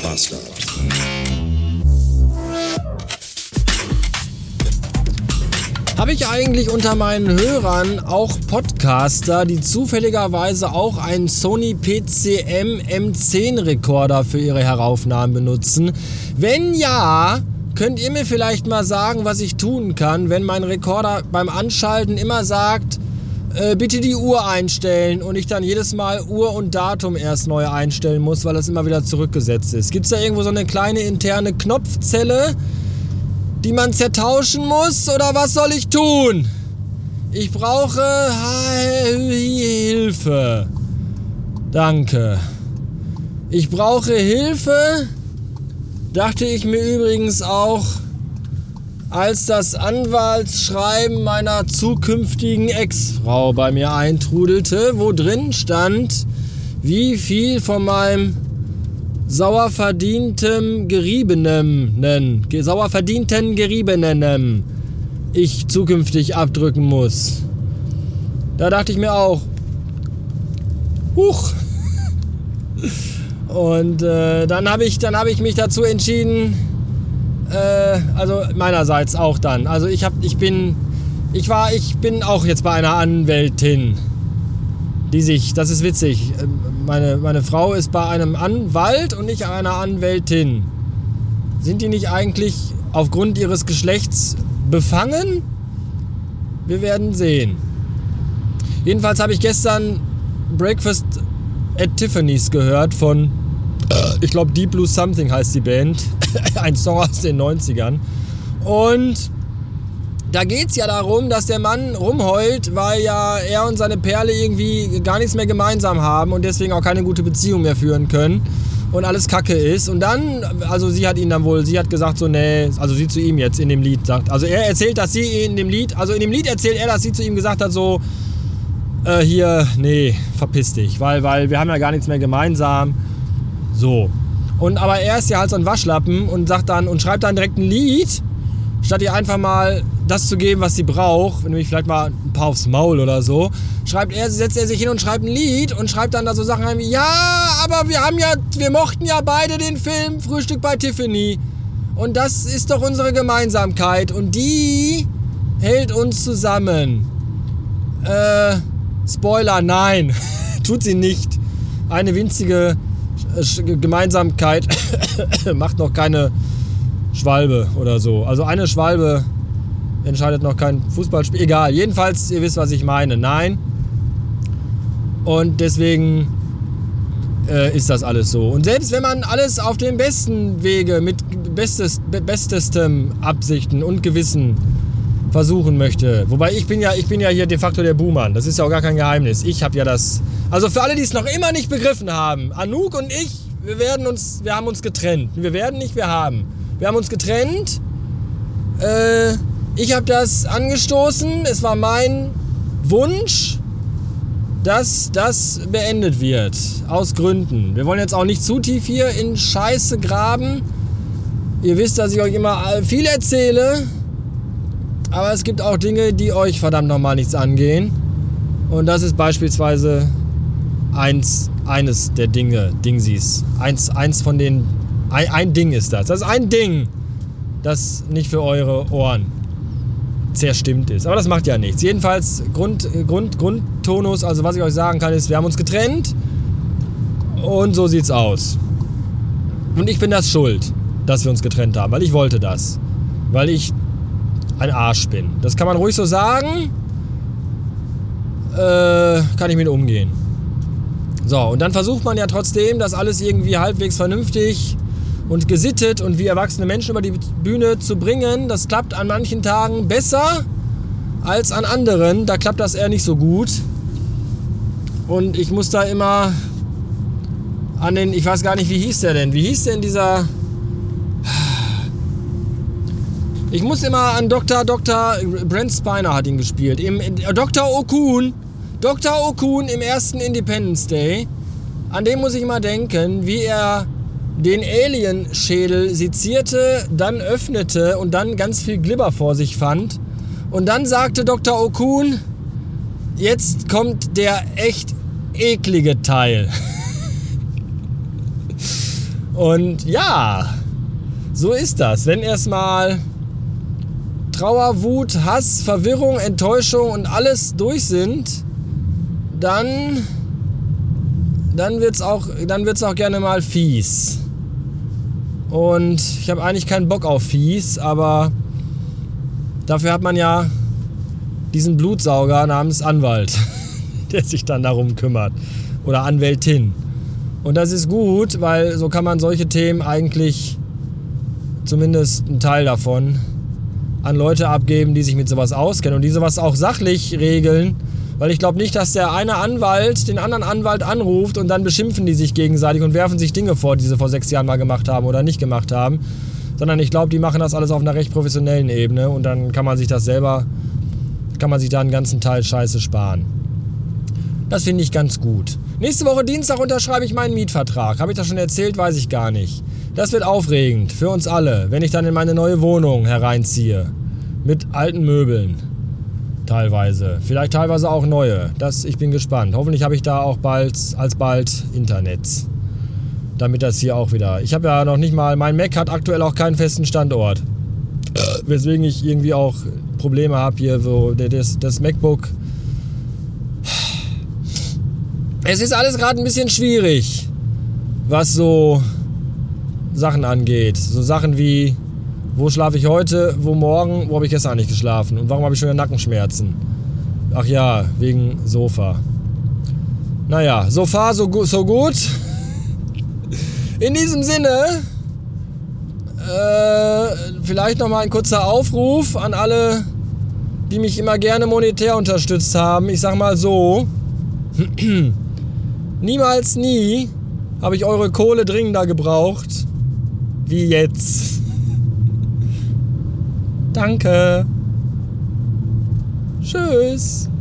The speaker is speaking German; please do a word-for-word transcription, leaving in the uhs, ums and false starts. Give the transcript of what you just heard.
Bastard. Habe ich eigentlich unter meinen Hörern auch Podcaster, die zufälligerweise auch einen Sony P C M M zehn Rekorder für ihre Heraufnahmen benutzen? Wenn ja, könnt ihr mir vielleicht mal sagen, was ich tun kann, wenn mein Rekorder beim Anschalten immer sagt, äh, bitte die Uhr einstellen und ich dann jedes Mal Uhr und Datum erst neu einstellen muss, weil das immer wieder zurückgesetzt ist. Gibt es da irgendwo so eine kleine interne Knopfzelle, die man zertauschen muss, oder was soll ich tun? Ich brauche Hilfe. Danke. Ich brauche Hilfe, dachte ich mir übrigens auch, als das Anwaltsschreiben meiner zukünftigen Ex-Frau bei mir eintrudelte, wo drin stand, wie viel von meinem sauer verdientem Geriebenem, sauer verdienten Geriebenem ich zukünftig abdrücken muss. Da dachte ich mir auch, huch. Und äh, dann habe ich, dann habe ich mich dazu entschieden, äh, also meinerseits auch dann. Also ich habe, ich bin, ich war, ich bin auch jetzt bei einer Anwältin, die sich, das ist witzig, meine, meine Frau ist bei einem Anwalt und ich einer Anwältin. Sind die nicht eigentlich aufgrund ihres Geschlechts befangen? Wir werden sehen. Jedenfalls habe ich gestern Breakfast at Tiffany's gehört von, ich glaube Deep Blue Something heißt die Band, ein Song aus den neunzigern. Und da geht's ja darum, dass der Mann rumheult, weil ja er und seine Perle irgendwie gar nichts mehr gemeinsam haben und deswegen auch keine gute Beziehung mehr führen können und alles Kacke ist. Und dann, also sie hat ihn dann wohl, sie hat gesagt so, nee, also sie zu ihm jetzt in dem Lied sagt, also er erzählt, dass sie in dem Lied, also in dem Lied erzählt er, dass sie zu ihm gesagt hat so, äh, hier, nee, verpiss dich, weil, weil wir haben ja gar nichts mehr gemeinsam, so. Und aber er ist ja halt so ein Waschlappen und sagt dann, und schreibt dann direkt ein Lied, statt ihr einfach mal das zu geben, was sie braucht, nämlich vielleicht mal ein paar aufs Maul oder so, schreibt er, setzt er sich hin und schreibt ein Lied und schreibt dann da so Sachen rein wie, ja, aber wir haben ja, wir mochten ja beide den Film Frühstück bei Tiffany und das ist doch unsere Gemeinsamkeit und die hält uns zusammen. Äh, Spoiler, nein, tut sie nicht. Eine winzige Gemeinsamkeit macht noch keine Schwalbe oder so. Also eine Schwalbe entscheidet noch kein Fußballspiel. Egal, jedenfalls, ihr wisst, was ich meine. Nein. Und deswegen äh, ist das alles so. Und selbst wenn man alles auf dem besten Wege, mit bestes, bestestem Absichten und Gewissen versuchen möchte. Wobei ich bin ja, ich bin ja hier de facto der Buhmann. Das ist ja auch gar kein Geheimnis. Ich habe ja das... Also für alle, die es noch immer nicht begriffen haben. Anouk und ich, wir werden uns... Wir haben uns getrennt. Wir werden nicht, wir haben... Wir haben uns getrennt. Äh, ich habe das angestoßen. Es war mein Wunsch, dass das beendet wird. Aus Gründen. Wir wollen jetzt auch nicht zu tief hier in Scheiße graben. Ihr wisst, dass ich euch immer viel erzähle. Aber es gibt auch Dinge, die euch verdammt nochmal nichts angehen. Und das ist beispielsweise eins, eines der Dinge, Dingsies. Eins, eins von den... Ein, ein Ding ist das. Das ist ein Ding, das nicht für eure Ohren zerstimmt ist. Aber das macht ja nichts. Jedenfalls Grund, Grund, Grundtonus, also was ich euch sagen kann, ist, wir haben uns getrennt und so sieht's aus. Und ich bin das schuld, dass wir uns getrennt haben, weil ich wollte das. Weil ich ein Arsch bin. Das kann man ruhig so sagen. Äh, kann ich mit umgehen. So, und dann versucht man ja trotzdem, das alles irgendwie halbwegs vernünftig und gesittet und wie erwachsene Menschen über die Bühne zu bringen. Das klappt an manchen Tagen besser als an anderen. Da klappt das eher nicht so gut. Und ich muss da immer an den, ich weiß gar nicht, wie hieß der denn? Wie hieß denn dieser... Ich muss immer an Doktor Doktor Brent Spiner hat ihn gespielt. Im, Doktor Okun. Doktor Okun im ersten Independence Day. An den muss ich immer denken, wie er den Alien-Schädel sezierte, dann öffnete und dann ganz viel Glibber vor sich fand. Und dann sagte Doktor Okun, jetzt kommt der echt eklige Teil. Und ja, so ist das. Wenn erstmal Trauer, Wut, Hass, Verwirrung, Enttäuschung und alles durch sind, dann, dann wird's auch, dann wird's auch gerne mal fies. Und ich habe eigentlich keinen Bock auf fies, aber dafür hat man ja diesen Blutsauger namens Anwalt, der sich dann darum kümmert. Oder Anwältin. Und das ist gut, weil so kann man solche Themen eigentlich, zumindest einen Teil davon, an Leute abgeben, die sich mit sowas auskennen und die sowas auch sachlich regeln. Weil ich glaube nicht, dass der eine Anwalt den anderen Anwalt anruft und dann beschimpfen die sich gegenseitig und werfen sich Dinge vor, die sie vor sechs Jahren mal gemacht haben oder nicht gemacht haben. Sondern ich glaube, die machen das alles auf einer recht professionellen Ebene und dann kann man sich das selber, kann man sich da einen ganzen Teil Scheiße sparen. Das finde ich ganz gut. Nächste Woche Dienstag unterschreibe ich meinen Mietvertrag. Habe ich das schon erzählt? Weiß ich gar nicht. Das wird aufregend für uns alle, wenn ich dann in meine neue Wohnung hereinziehe. Mit alten Möbeln. Teilweise. Vielleicht teilweise auch neue. Das, ich bin gespannt. Hoffentlich habe ich da auch bald, alsbald Internet. Damit das hier auch wieder... Ich habe ja noch nicht mal... Mein Mac hat aktuell auch keinen festen Standort. Weswegen ich irgendwie auch Probleme habe hier. So, das, das MacBook... Es ist alles gerade ein bisschen schwierig, was so Sachen angeht. So Sachen wie, wo schlafe ich heute, wo morgen, wo habe ich gestern nicht geschlafen und warum habe ich schon wieder Nackenschmerzen? Ach ja, wegen Sofa. Naja, so far, so, gu- so gut. In diesem Sinne, äh, vielleicht nochmal ein kurzer Aufruf an alle, die mich immer gerne monetär unterstützt haben. Ich sag mal so, niemals nie habe ich eure Kohle dringender gebraucht wie jetzt. Danke. Tschüss.